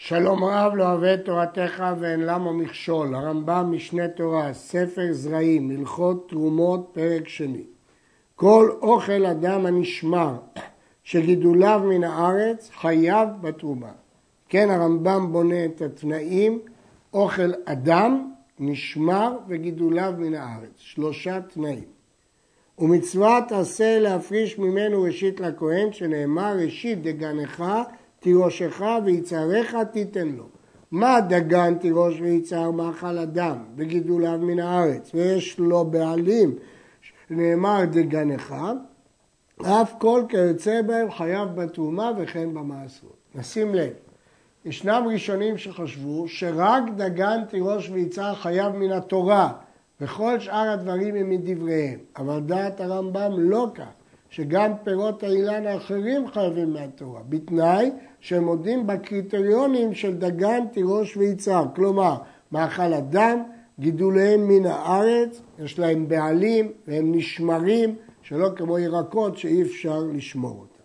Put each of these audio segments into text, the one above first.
שלום רב לא אוהב את תורתך ואין למה מכשול. הרמב"ם משנה תורה, ספר זרעים, הלכות תרומות, פרק שני. כל אוכל אדם הנשמר שגידוליו מן הארץ חייב בתרומה. כן, הרמב"ם בונה את התנאים, אוכל אדם, נשמר וגידוליו מן הארץ. 3 תנאים. ומצוות עשה להפריש ממנו ראשית לכהן, שנאמר ראשית דגנך תירושך ויצריך תיתן לו. מה דגן תירוש ויצר מאכל אדם וגידוליו מן הארץ ויש לו בעלים, נאמר דגנך, אף כל כיוצא בהם חייב בתרומה וכן במעשרות. נשים לב, ישנם ראשונים שחשבו שרק דגן תירוש ויצר חייב מן התורה וכל שאר הדברים הם מדבריהם, אבל דעת הרמב"ם לא כך, שגם פירות האילן האחרים חייבים מהתורה, בתנאי שהם עומדים בקריטריונים של דגן, תירוש ויצר. כלומר, מאכל אדם, גידוליהם מן הארץ, יש להם בעלים והם נשמרים, שלא כמו ירקות שאי אפשר לשמור אותם.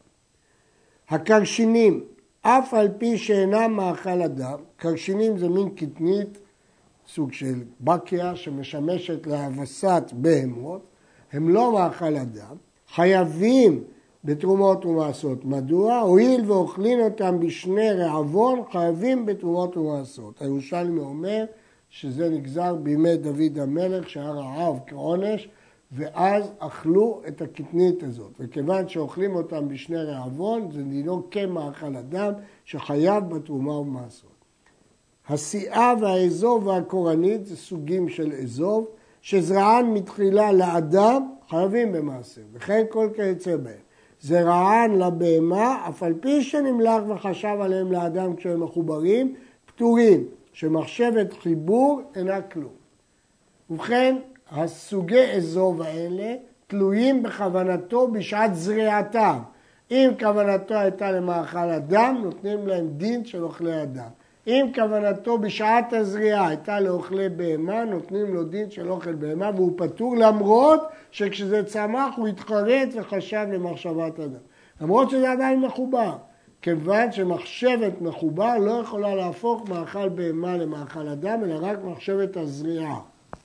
הקרשינים, אף על פי שאינם מאכל אדם, קרשינים זה מין קטנית, סוג של בקיה שמשמשת להבסת בהמות, הם לא מאכל אדם, חייבים בתרומות ומעשרות. מדוע? הואיל ואוכלים אותם בשני רעבון, חייבים בתרומות ומעשרות. הירושלמי אומר שזה נגזר בימי דוד המלך שהיה רעב כעונש, ואז אכלו את הקטנית הזאת. וכיוון שאוכלים אותם בשני רעבון, זה דינו כמאכל אדם שחייב בתרומה ומעשרות. הסיעה והאזוב והקורנית זה סוגים של אזוב, שזרען מתחילה לאדם חייבים במעשר, וכן כל כיוצא בהם. זרען לבהמה, אף על פי שנמלח וחשב עליהם לאדם כשהם מחוברים, פטורים, שמחשבת חיבור אינה כלום. ובכן, הסוגי אזוב האלה תלויים בכוונתו בשעת זריעתם. אם כוונתו הייתה למאכל אדם, נותנים להם דין של אוכלי אדם. אם כוונתו בשעת הזריעה הייתה לאוכלי בהמה, נותנים לו דין של אוכל בהמה, והוא פטור למרות שכשזה צמח הוא התחרט וחשב למחשבת אדם. למרות שזה עדיין מחובר. כיוון שמחשבת מחובר לא יכולה להפוך מאכל בהמה למאכל אדם, אלא רק מחשבת הזריעה.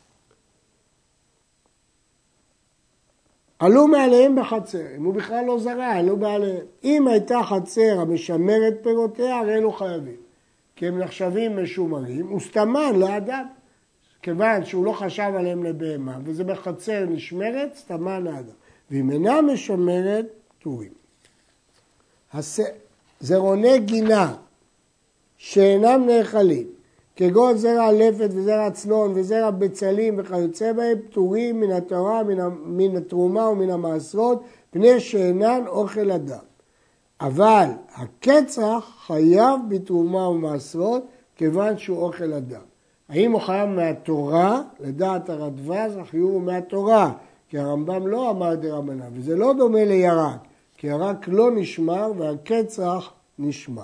עלו מעליהם בחצר, אם הוא בכלל לא זרע, עלו מעליהם. אם הייתה חצר המשמרת פירותיה, הרי אלו חייבים. כי הם נחשבים משומרים, וסתמן לאדם. כיוון שהוא לא חשב עליהם לבהמה, וזה בחצר נשמרת, סתמן לאדם. ואם אינה משמרת, פטורים. זרעוני גינה שאינם נאכלים, כגון זרע לפת וזרע צנון וזרע בצלים וכיוצא בהם, פטורים מן התורה, מן התרומה ומן המעשרות, פני שאינן אוכל אדם. אבל הקצח חייב בתרומה ומעשרות כיוון שהוא אוכל אדם. האם הוא חייב מהתורה? לדעת הרדב"ז החיוב הוא מהתורה, כי הרמב"ם לא אמר דרבנן, וזה לא דומה לירק, כי ירק לא נשמר והקצח נשמר.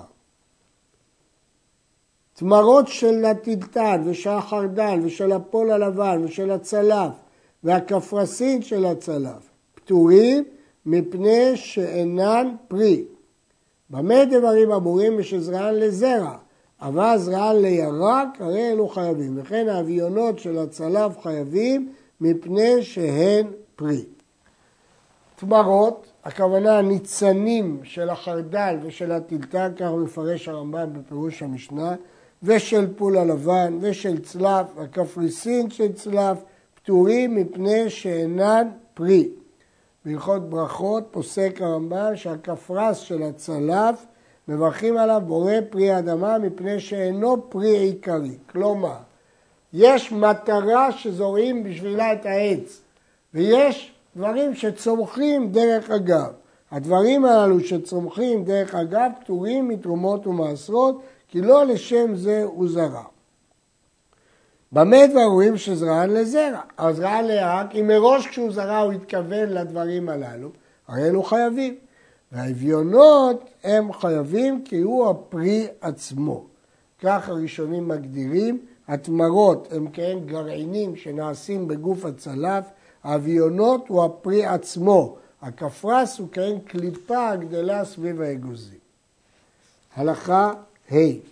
תמרות של הטלטן ושל החרדל ושל הפול הלבן ושל הצלף והקפרסין של הצלף פטורים מפני שאינן פרי. במה דברים אמורים שזרען לזרע, אבל זרען לירק הרי אלו חייבים, וכן האביונות של הצלף חייבים מפני שהן פרי. תמרות, הכוונה ניצנים של החרדל ושל הטלטן, כך הוא מפרש הרמב"ם בפירוש המשנה, ושל פול הלבן ושל צלף, הקפריסין של צלף, פטורים מפני שאינן פרי. בהלכות ברכות פוסק הרמב"ם שהקפרס של הצלף מברכים עליו בורא פרי אדמה מפני שאינו פרי עיקרי. כלומר, יש מטרה שזורעים בשבילה את העץ, ויש דברים שצומחים דרך אגב. הדברים הללו שצומחים דרך אגב פטורים מתרומות ומעשרות, כי לא לשם זה הוא זרע. במה דברים שזרען לזרע? אז זרען לירק, אם מראש כשהוא זרע הוא התכוון לדברים הללו, הרי אלו חייבים. והאביונות הם חייבים כי הוא הפרי עצמו. כך הראשונים מגדירים, התמרות הם כאין גרעינים שנעשים בגוף הצלף, האביונות הוא הפרי עצמו, הקפרס הוא כאין קליפה הגדלה סביב האגוזים. הלכה ה'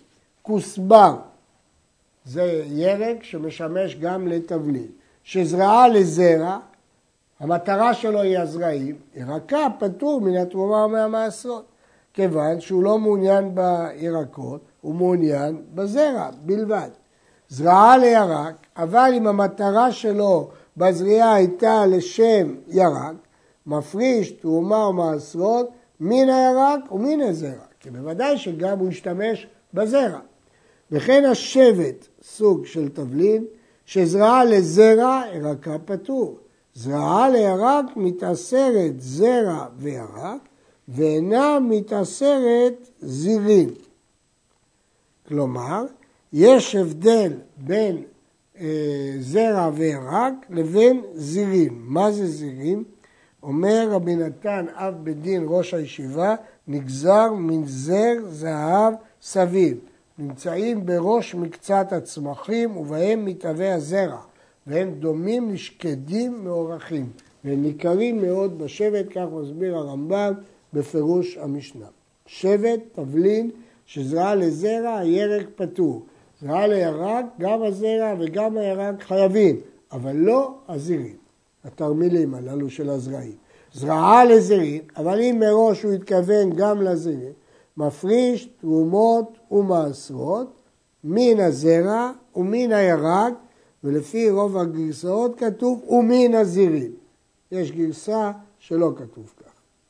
כוסבר, זה ירק שמשמש גם לתבלין, שזרעה לזרע, המטרה שלו היא הזרעים, ירקה פטור מן התרומה ומהמעשרות, כיוון שהוא לא מעוניין בירקות, הוא מעוניין בזרע בלבד. זרעה לירק, אבל אם המטרה שלו בזריעה הייתה לשם ירק, מפריש תרומה ומעשרות מן הירק ומן הזרע, כי בוודאי שגם הוא ישתמש בזרע. וכן השבט, סוג של תבלין, שזרעה לזרע ירקה פטור. זרעה לירק מתאסרת זרע וירק, ואינה מתאסרת זירים. כלומר, יש הבדל בין זרע וירק לבין זירים. מה זה זירים? אומר רבי נתן אב בדין ראש הישיבה, נגזר מנזר זהב סביב. נמצאים בראש מקצת הצמחים ובהם מתהווה הזרע, והם דומים לשקדים מאורכים, והם ניכרים מאוד בשבט, כך מסביר הרמב"ם בפירוש המשנה. שבט, תבלין, שזרעה לזרע, הירק פטור. זרעה לירק, גם הזרע וגם הירק חייבים, אבל לא הזירים, התרמילים הללו של הזרעים. זרעה לזירים, אבל אם מראש הוא התכוון גם לזירים, מפריש תרומות ומעשרות מן הזרע ומן הירק, ולפי רוב הגרסאות כתוב ומן הזירים. יש גרסה שלא כתוב כך.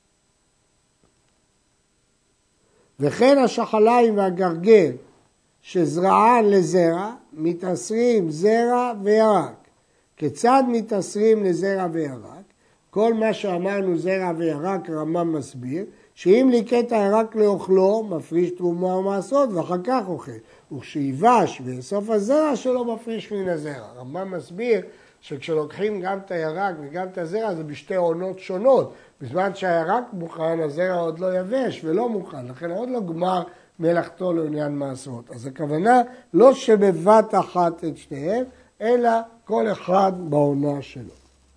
וכן השחליים והגרגל שזרען לזרע מתאסרים זרע וירק. כיצד מתאסרים לזרע וירק? כל מה שאמרנו זרע וירק רמב"ם מסביר, שאם ליקט הירק לאוכלו מפריש תרומה ומעשרות ואחר כך אוכל. וכשיבש ויאסוף הזרע שלו מפריש מן הזרע. רמב"ם מסביר שכשלוקחים גם את הירק וגם את הזרע זה בשתי עונות שונות. בזמן שהירק מוכן הזרע עוד לא יבש ולא מוכן, לכן עוד לא גמר מלאכתו לעניין מעשרות. אז הכוונה לא שבבת אחת את שניהם, אלא כל אחד בעונה שלו.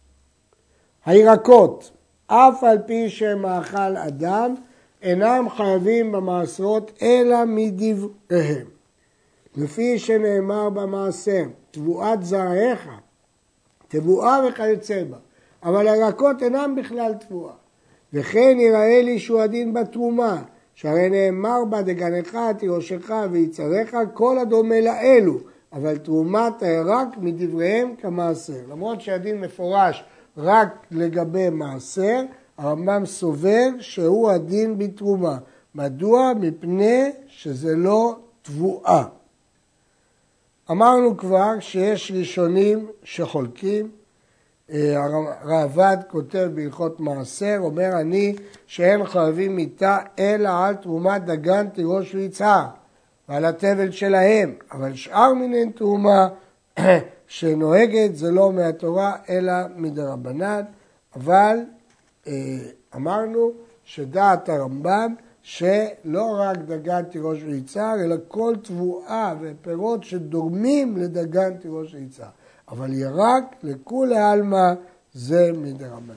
הירקות, אף על פי שהם מאכל אדם, אינם חייבים במעשרות אלא מדבריהם. לפי שנאמר במעשר, תבואת זרעיך, תבואה וכיוצא בה. אבל הירקות אינם בכלל תבואה. וכן יראה לי שהוא הדין בתרומה, שהרי נאמר בה דגנך, תירושך ויצריך, כל הדומה לאלו, אבל תרומת הירק מדבריהם כמעשר. למרות שהדין מפורש רק לגבי מעשר, הרמב"ם סובר שהוא הדין בתרומה. מדוע? מפני שזה לא תבואה. אמרנו כבר שיש ראשונים שחולקים, הרעב"ד כותב בהלכות מעשר, אומר אני שאין חייבים מיתה אלא על תרומת דגן תירוש ויצהר ועל התבל שלהם, אבל שאר מיני תרומה שנוהגת זה לא מהתורה אלא מדרבנן. אבל אמרנו שדעת הרמב"ם שלא רק דגן תירוש ויצהר אלא כל תבואה ופירות שדומים לדגן תירוש ויצהר. אבל ירק לכולי עלמא זה מדרבנן.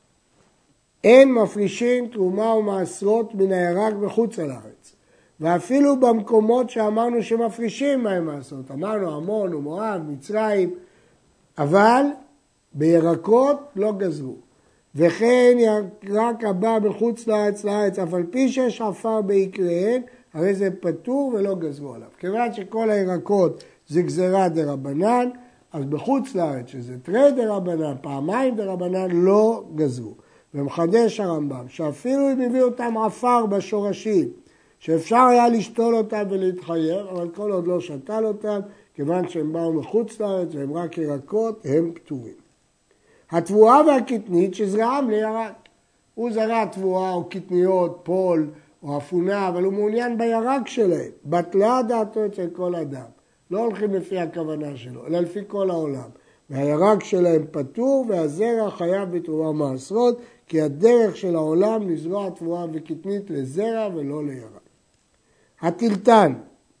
אין מפרישים תרומה ומעשרות מן הירק בחוץ על הארץ. ואפילו במקומות שאמרנו שמפרישים מהם מעשרות. אמרנו עמון ומואב, מצרים, אבל בירקות לא גזרו. וכן ירק הבא בחוץ לארץ, אף על פי שיש עפר בעיקריהן, הרי זה פטור ולא גזרו עליו. כיוון שכל הירקות זה גזרה דרבנן, אז בחוץ לארץ, שזה תרי דרבנן, פעמיים דרבנן, לא גזרו. ומחדש הרמב"ם, שאפילו אם הביאו אותם עפר בשורשים, שאפשר היה לשתול אותם ולהתחייב, אבל כל עוד לא שתל אותם, כיוון שהם באו מחוץ לארץ והם רק ירקות, הם פטורים. התבואה והקטנית שזרעם לירק. הוא זרע תבואה או קטניות, פול או אפונה, אבל הוא מעוניין בירק שלהם. בטלה דעתו אצל כל אדם. לא הולכים לפי הכוונה שלו, אלא לפי כל העולם. והירק שלהם פטור והזרע חייב בתרומה מעשרות, כי הדרך של העולם לזרוע תבואה וקטנית לזרע ולא לירק. הטלטן,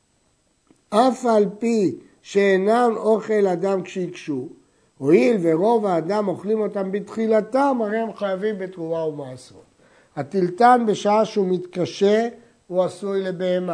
אף על פי שאינם אוכל אדם כשיקשו, הואיל ורוב האדם אוכלים אותם בתחילתם, הרי הם חייבים בתרומה ומעשרות. הטלטן בשעה שהוא מתקשה הוא עשוי לבהמה,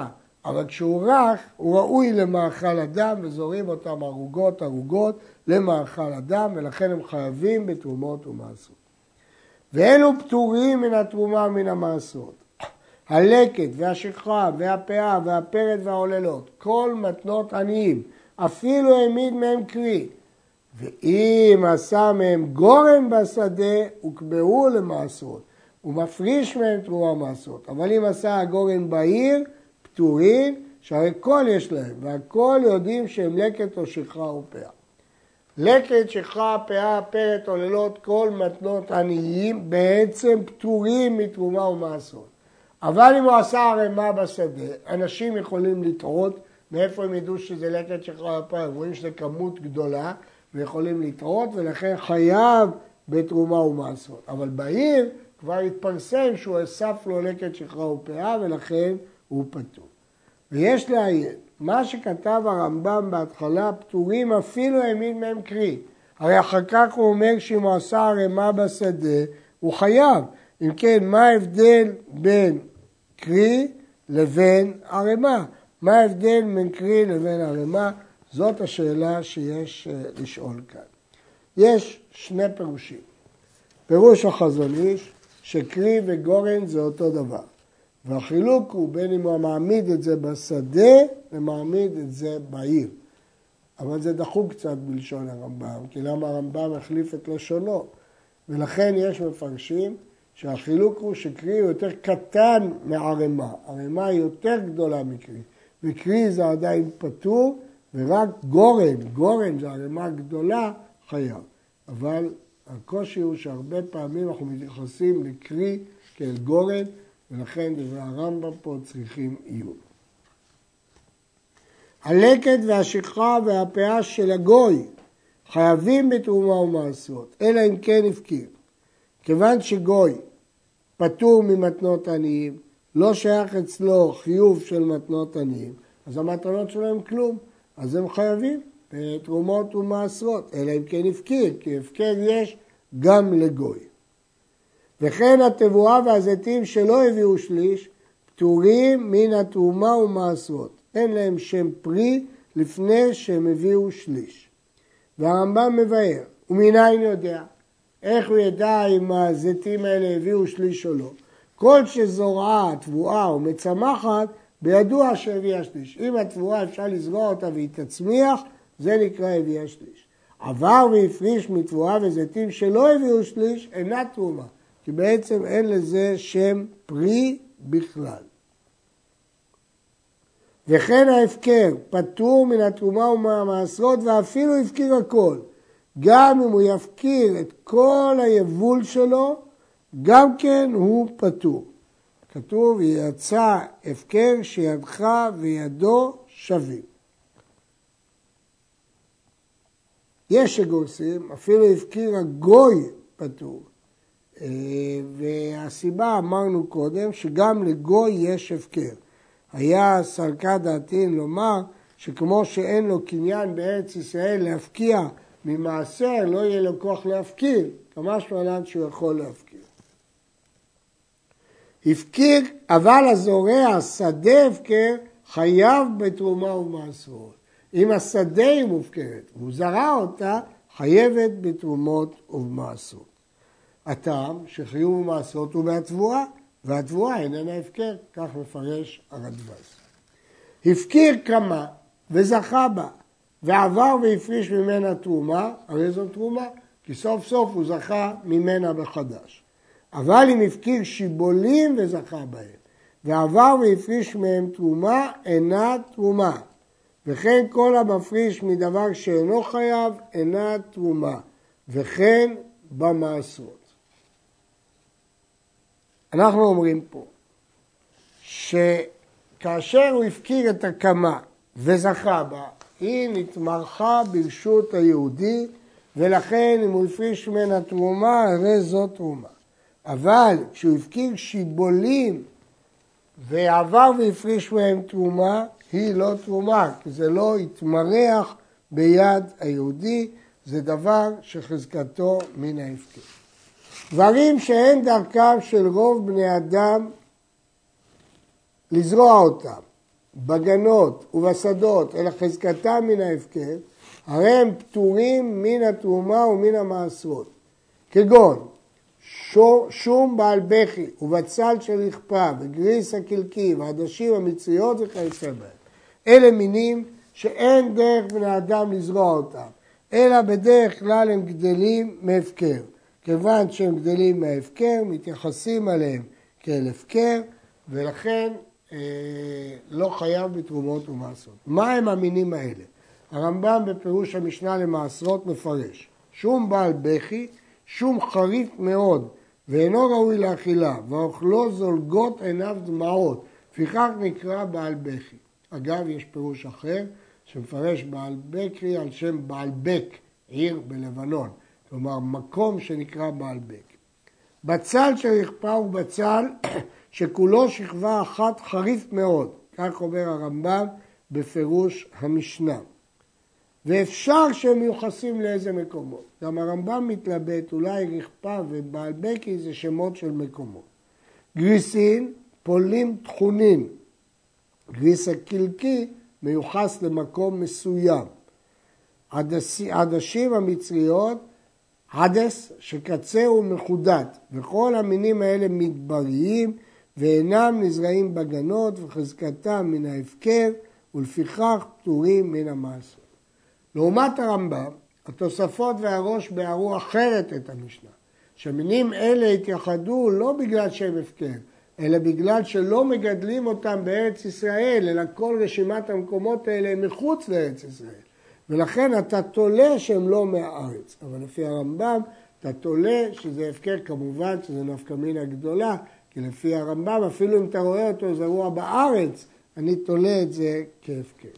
אבל כשהוא רך, הוא ראוי למאכל אדם, וזורים אותם ערוגות למאכל אדם, ולכן הם חייבים בתרומות ומעשרות. ואלו פטורים מן התרומה מן המעשרות. הלקט והשכחה והפאה והפרד והעוללות, כל מתנות עניים, אפילו העמיד מהם קרי. ואם עשה מהם גורן בשדה, הוקבעו למעשרות. הוא מפריש מהם תרומה ומעשרות. אבל אם עשה הגורן בעיר, פטורים, שהרי כל יש להם, והכל יודעים שהם לקט או שכחה או פאה. לקט, שכחה, פאה, פרד, עוללות, כל מתנות עניים, בעצם פטורים מתרומה ומעשרות. אבל אם הוא עשה ערימה בשדה, אנשים יכולים לטעות, מאיפה הם ידעו שזה לקט, שכחה, פאה, הם רואים שזה כמות גדולה, ויכולים לטעות, ולכן חייב בתרומה ומעשרות. אבל בעיר כבר התפרסם שהוא אסף לו לקט, שכחה ופאה, ולכן הוא פטור. ויש לעיין, מה שכתב הרמב"ם בהתחלה, פטורים אפילו העמיד מהם קרי. הרי אחר כך הוא אומר שאם הוא עשה ערימה בשדה, הוא חייב. אם כן, מה ההבדל בין קרי לבין ערימה? מה ההבדל בין קרי לבין ערימה? זאת השאלה שיש לשאול כאן. יש שני פירושים. פירוש החזון איש, שקרי וגורן זה אותו דבר. והחילוק הוא בין אם הוא מעמיד את זה בשדה ומעמיד את זה בעיר. אבל זה דחוק קצת בלשון הרמב"ם, כי למה הרמב"ם החליף את לשונו. ולכן יש מפרשים שהחילוק הוא שקרי הוא יותר קטן מערימה. ערימה היא יותר גדולה מקרי. וקרי זה עדיין פטור, ורק גורן זה ערימה גדולה, חייב. אבל הקושי הוא שהרבה פעמים אנחנו מתייחסים לקרי כאל גורן, ולכן דברי הרמב"ם פה צריכים עיון. הלקט והשכחה והפאה של הגוי חייבים בתרומה ומעשרות, אלא אם כן הפקיר. כיוון שגוי פטור ממתנות עניים, לא שייך אצלו חיוב של מתנות עניים, אז המתנות שלו הם כלום, אז הם חייבים בתרומות ומעשרות, אלא אם כן הפקיר, כי הפקר יש גם לגוי. וכן התבואה והזיתים שלא הביאו שליש, פטורים מן התרומה ומעשרות. אין להם שם פרי לפני שהם הביאו שליש. והרמב"ם מבאר, ומניין יודע, איך הוא ידע אם הזיתים האלה הביאו שליש או לא. כל שזורעה תבואה או מצמחת, בידוע שהביאה שליש. אם התבואה אפשר לזרוע אותה והיא תצמיח, זה נקרא הביאה שליש. עבר והפריש מתבואה וזיתים שלא הביאו שליש, אינה תרומה. כי בעצם אין לזה שם פרי בכלל. וכן ההפקר פטור מן התרומה ומהמעשרות ואפילו הפקיר הכל. גם אם הוא יפקיר את כל היבול שלו, גם כן הוא פטור. כתוב, יצא הפקר שידך וידו שווים. יש שגורסים, אפילו הפקיר הגוי פטור. והסיבה אמרנו קודם שגם לגוי יש הפקר. היה סלקא דעתין לומר שכמו שאין לו קניין בארץ ישראל להפקיע ממעשר, לא יהיה לו כוח להפקיר, כמה שמלן שהוא יכול להפקיר. הפקיר, אבל הזורע שדה הפקר חייב בתרומה ומעשרות. אם השדה היא מופקרת והוא זרע אותה, חייבת בתרומות ובמעשרות. הטעם שחיוב ומעשרות הוא מהתבואה, והתבואה איננה הפקר, כך מפרש הרדב"ז. הפקיר כמה וזכה בה, ועבר והפריש ממנה תרומה, הרי זו תרומה, כי סוף סוף הוא זכה ממנה בחדש. אבל אם הפקיר שיבולים וזכה בהם, ועבר והפריש מהם תרומה, אינה תרומה. וכן כל המפריש מדבר שאינו חייב, אינה תרומה. וכן במעשרות. אנחנו אומרים פה, שכאשר הוא הפקיר את הקמה וזכה בה, היא נתמרחה ברשות היהודי, ולכן אם הוא הפריש ממנה תרומה, הרי זו תרומה. אבל כשהוא הפקיר שיבולים ועבר והפריש מהם תרומה, היא לא תרומה, כי זה לא יתמרח ביד היהודי, זה דבר שחזקתו מן ההפקר. דברים שאין דרכם של רוב בני אדם לזרוע אותם, בגנות ובשדות, אלא חזקתם מן ההפקר, הרי הם פטורים מן התרומה ומן המעשרות. כגון שום בעל בכי ובצל של רכפה וגריס הקלקי ועדשים המצריות וכיוצא בהם. אלה מינים שאין דרך בני האדם לזרוע אותם, אלא בדרך כלל הם גדלים מהפקר. כיוון שהם גדלים מההפקר, מתייחסים עליהם כאל הפקר, ולכן לא חייב בתרומות ומעשרות. מה הם המינים האלה? הרמב"ם בפירוש המשנה למעשרות מפרש, שום בעל בכי, שום חריף מאוד, ואינו ראוי לאכילה, ואוכלו זולגות עיניו דמעות, לפיכך נקרא בעל בכי. אגב, יש פירוש אחר, שמפרש בעל בכי על שם בעל בק, עיר בלבנון. כלומר, מקום שנקרא בעל בק. בצל של רכפה הוא בצל שכולו שכבה אחת חריף מאוד, כך אומר הרמב"ם בפירוש המשנה. ואפשר שהם מיוחסים לאיזה מקומות. גם הרמב"ם מתלבט, אולי רכפה ובעל בכי זה שמות של מקומות. גריסין, פולים תכונין. גריס הקלקי מיוחס למקום מסוים. עדשים המצריות, עדס שקצהו מחודד, וכל המינים האלה מדבריים ואינם נזרעים בגנות וחזקתם מן ההפקר ולפיכך פטורים מן המעשרות. לעומת הרמב"ם, התוספות והראש ביארו אחרת את המשנה, שמינים אלה התייחדו לא בגלל שהם הפקר, אלא בגלל שלא מגדלים אותם בארץ ישראל, אלא כל רשימת המקומות האלה הם מחוץ לארץ ישראל. ולכן אתה תולה שהם לא מהארץ. אבל לפי הרמב"ם, אתה תולה שזה הפקר, כמובן שזה נפקא מינה גדולה, כי לפי הרמב"ם, אפילו אם אתה רואה אותו זרוע בארץ, אני תולה את זה כהפקר.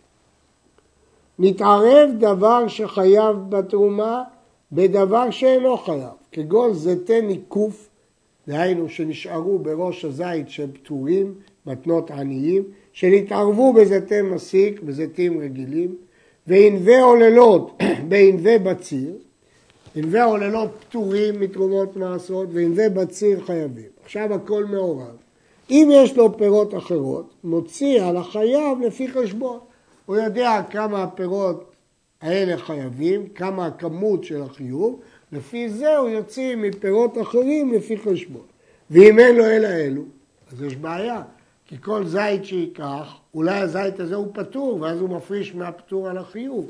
נתערב דבר שחייב בתרומה בדבר שאינו חייב, כגון זיתי ניקוף, דהיינו שנשארו בראש הזית שהם פטורים, מתנות עניים, שנתערבו בזיתי מסיק, בזיתים רגילים, וענבי עוללות בענבי בציר, ענבי עוללות פטורים מתרומות מעשרות, וענבי בציר חייבים. עכשיו הכל מעורב. אם יש לו פירות אחרות, מוציא על החייב לפי חשבון. הוא יודע כמה הפירות האלה חייבים, כמה הכמות של החיוב, לפי זה הוא יוציא מפירות אחרים לפי חשבון. ואם אין לו אלא אלו, אז יש בעיה. כי כל זית שיקח, אולי הזית הזה הוא פטור, ואז הוא מפריש מהפטור על החיוב.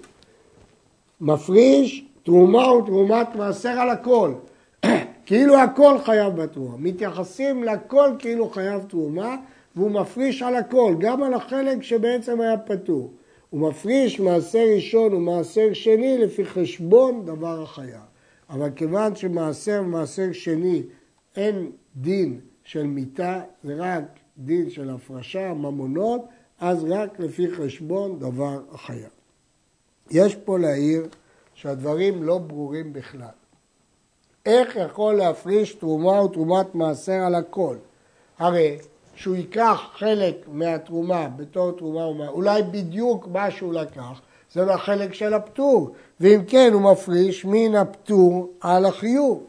מפריש תרומה ותרומת מעשר על הכל. כאילו הכל חייב בתרומה. מתייחסים לכל כאילו חייב תרומה, והוא מפריש על הכל, גם על החלק שבעצם היה פטור. הוא מפריש מעשר ראשון ומעשר שני לפי חשבון דבר החייב. אבל כיוון שמעשר ומעשר שני אין דין של מיתה, זה רק דין של הפרשה, ממונות, אז רק לפי חשבון דבר החייב. יש פה להעיר שהדברים לא ברורים בכלל. איך יכול להפריש תרומה ותרומת מעשר על הכל? הרי שהוא ייקח חלק מהתרומה בתור תרומה, אולי בדיוק מה שהוא לקח, זה לא החלק של הפטור, ואם כן הוא מפריש מן הפטור על החיוב.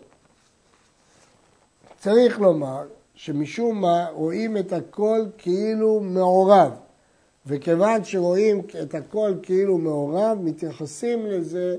צריך לומר שמשום מה רואים את הכל כאילו מעורב, וכיוון שרואים את הכל כאילו מעורב, מתייחסים לזה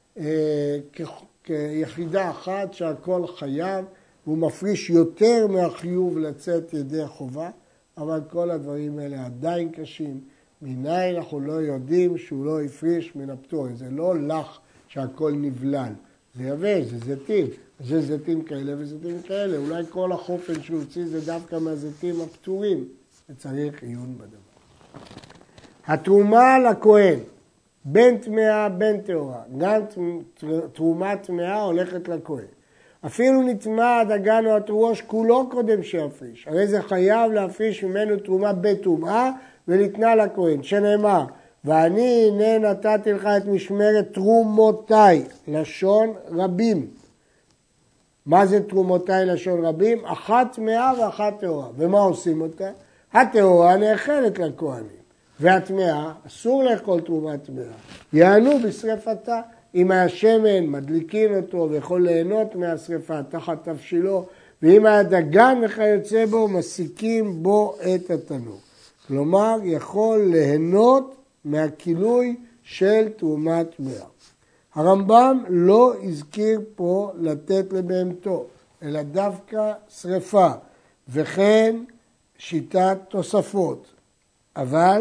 כיחידה אחת שהכל חייב, והוא מפריש יותר מהחיוב לצאת ידי חובה, אבל כל הדברים האלה עדיין קשים. מניין אנחנו לא יודעים שהוא לא הפריש מן הפטור, זה לא לך שהכל נבלל, זה יבש, זה זיתים, זה זיתים כאלה וזיתים כאלה, אולי כל החופן שהוא הוציא זה דווקא מהזיתים הפטורים, וצריך עיון בדבר. התרומה לכהן, בין טמאה בין טהורה, גם תרומה טמאה הולכת לכהן. אפילו נטמא הדגן או התרוש כולו קודם שיפריש, הרי זה חייב להפריש ממנו תרומה בטומאה וניתנה לכהן, שנאמר, ואני הנה נתתי לך את משמרת תרומותיי, לשון רבים. מה זה תרומותיי לשון רבים? אחת טמאה ואחת טהורה. ומה עושים אותה? הטהורה נאכלת לכהנים, והטמאה אסור לאכול תרומת טמאה. יענו בשרפתה. אם היה שמן, מדליקים אותו ויכול ליהנות מהשרפה תחת תבשילו, ואם היה דגן וכיוצא בו, מסיקים בו את התנור. כלומר יכול ליהנות מהכילוי של תרומת טמאה. הרמב"ם לא הזכיר פה לתת לבהמתו, אלא דווקא שריפה, וכן שיטת תוספות. אבל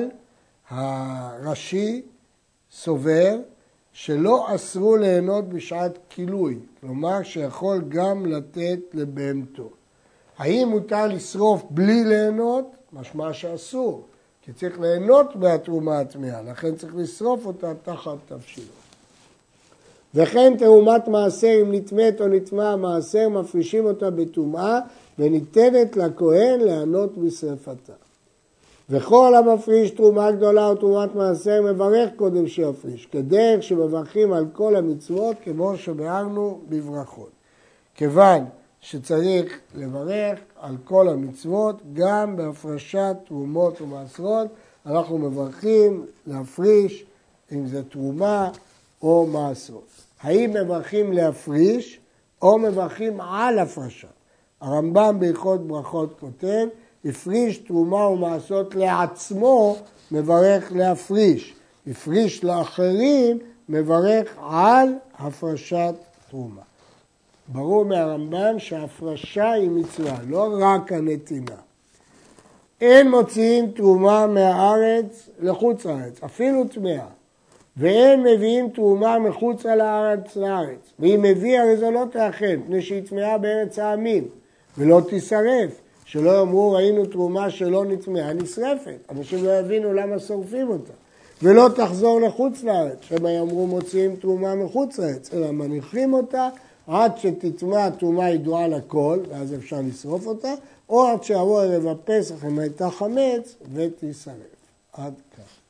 הרש"י סובר שלא אסרו ליהנות בשעת כילוי, כלומר שיכול גם לתת לבהמתו. האם מותר לשרוף בלי ליהנות? משמע שאסור, כי צריך ליהנות מהתרומה הטמאה, לכן צריך לשרוף אותה תחת תבשילו. וכן תרומת מעשר, אם נטמאת או נטמא המעשר, מפרישים אותה בטומאה וניתנת לכהן ליהנות בשרפתה. וכל המפריש תרומה גדולה או תרומת מעשר מברך קודם שיפריש, כדרך שמברכים על כל המצוות כמו שביארנו בברכות. כיוון שצריך לברך על כל המצוות, גם בהפרשת תרומות ומעשרות, אנחנו מברכים להפריש אם זה תרומה או מעשרות. האם מברכים להפריש או מברכים על הפרשה? הרמב"ם בהלכות ברכות כותב, הפריש תרומה ומעשרות לעצמו, מברך להפריש. הפריש לאחרים, מברך על הפרשת תרומה. ברור מהרמב"ם שההפרשה היא מצווה, לא רק הנתינה. אין מוציאים תרומה מהארץ לחוץ לארץ, אפילו טמאה. ואין מביאים תרומה מחוץ לארץ. ואם מביא הרי זו לא תאכל, מפני שהיא טמאה בארץ העמים, ולא תישרף. שלא אמרו ראינו תרומה שלא נטמאה, נשרפת. אנשים לא יבינו למה שורפים אותה. ולא תחזור לחוץ לארץ, שהם יאמרו מוציאים תרומה מחוץ לארץ, אלא מניחים אותה עד שתטמא תרומה ידועה לכל, ואז אפשר לשרוף אותה, או עד שיבוא ערב הפסח אם הייתה חמץ ותישרף. עד כך.